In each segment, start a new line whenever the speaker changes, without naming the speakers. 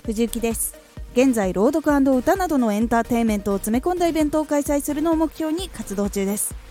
藤幸です。現在朗読&歌などのエンターテインメントを詰め込んだイベントを開催するのを目標に活動中です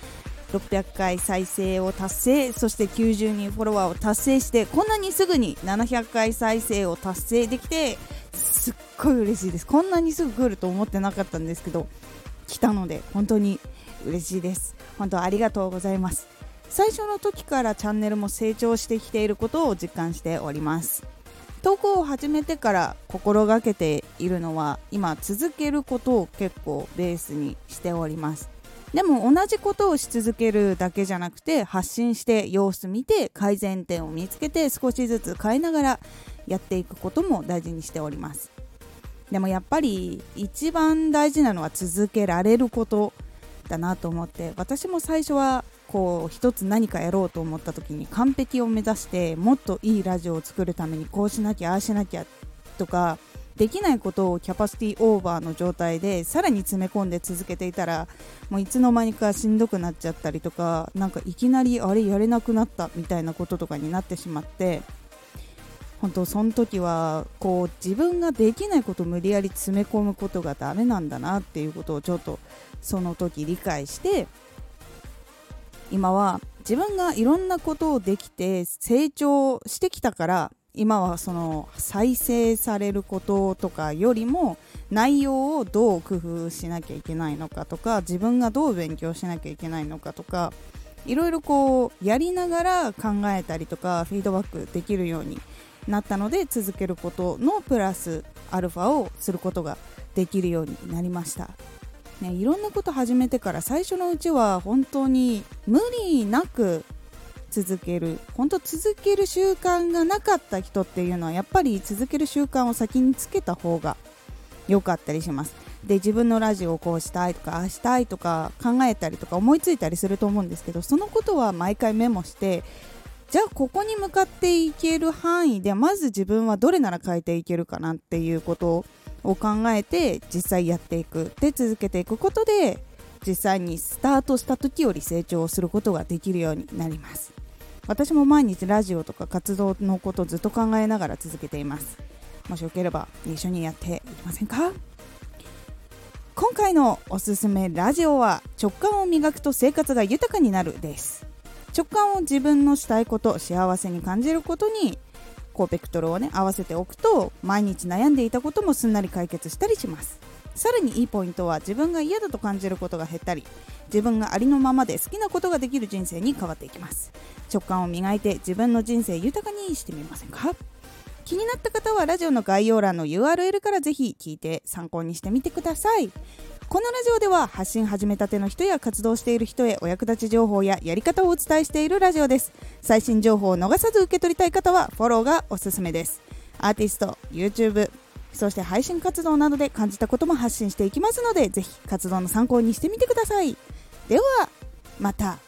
。600回再生を達成、そして90人フォロワーを達成して、こんなにすぐに700回再生を達成できてすっごい嬉しいです。こんなにすぐ来ると思ってなかったんですけど、来たので本当に嬉しいです。本当ありがとうございます。最初の時からチャンネルも成長してきていることを実感しております。投稿を始めてから心がけているのは、今続けることを結構ベースにしております。でも同じことをし続けるだけじゃなくて、発信して様子見て改善点を見つけて少しずつ変えながらやっていくことも大事にしております。でもやっぱり一番大事なのは続けられることだなと思って、私も最初は一つ何かやろうと思った時に完璧を目指して、もっといいラジオを作るためにこうしなきゃああしなきゃとか、できないことをキャパシティオーバーの状態でさらに詰め込んで続けていたら、もういつの間にかしんどくなっちゃったりとか、なんかいきなりあれやれなくなったみたいなこととかになってしまって、本当その時は自分ができないことを無理やり詰め込むことがダメなんだなっていうことをちょっとその時理解して、今は自分がいろんなことをできて成長してきたから、今はその再生されることとかよりも内容をどう工夫しなきゃいけないのかとか、自分がどう勉強しなきゃいけないのかとか、いろいろやりながら考えたりとかフィードバックできるようになったので、続けることのプラスアルファをすることができるようになりました。いろんなこと始めてから最初のうちは本当に無理なく続ける習慣がなかった人っていうのは、やっぱり続ける習慣を先につけた方が良かったりします。で、自分のラジオをこうしたいとかああしたいとか考えたりとか思いついたりすると思うんですけど、そのことは毎回メモして、じゃあここに向かっていける範囲でまず自分はどれなら変えていけるかなっていうことを考えて実際やっていく。で、続けていくことで実際にスタートした時より成長することができるようになります。私も毎日ラジオとか活動のことをずっと考えながら続けています。もしよければ一緒にやっていきませんか？今回のおすすめラジオは、直感を磨くと生活が豊かになるです。直感を自分のしたいこと、幸せに感じることにベクトルを合わせておくと、毎日悩んでいたこともすんなり解決したりします。さらにいいポイントは、自分が嫌だと感じることが減ったり、自分がありのままで好きなことができる人生に変わっていきます。直感を磨いて自分の人生豊かにしてみませんか？気になった方はラジオの概要欄の URL からぜひ聞いて参考にしてみてください。このラジオでは発信始めたての人や活動している人へお役立ち情報ややり方をお伝えしているラジオです。最新情報を逃さず受け取りたい方はフォローがおすすめです。アーティスト、YouTube、そして配信活動などで感じたことも発信していきますので、ぜひ活動の参考にしてみてください。ではまた。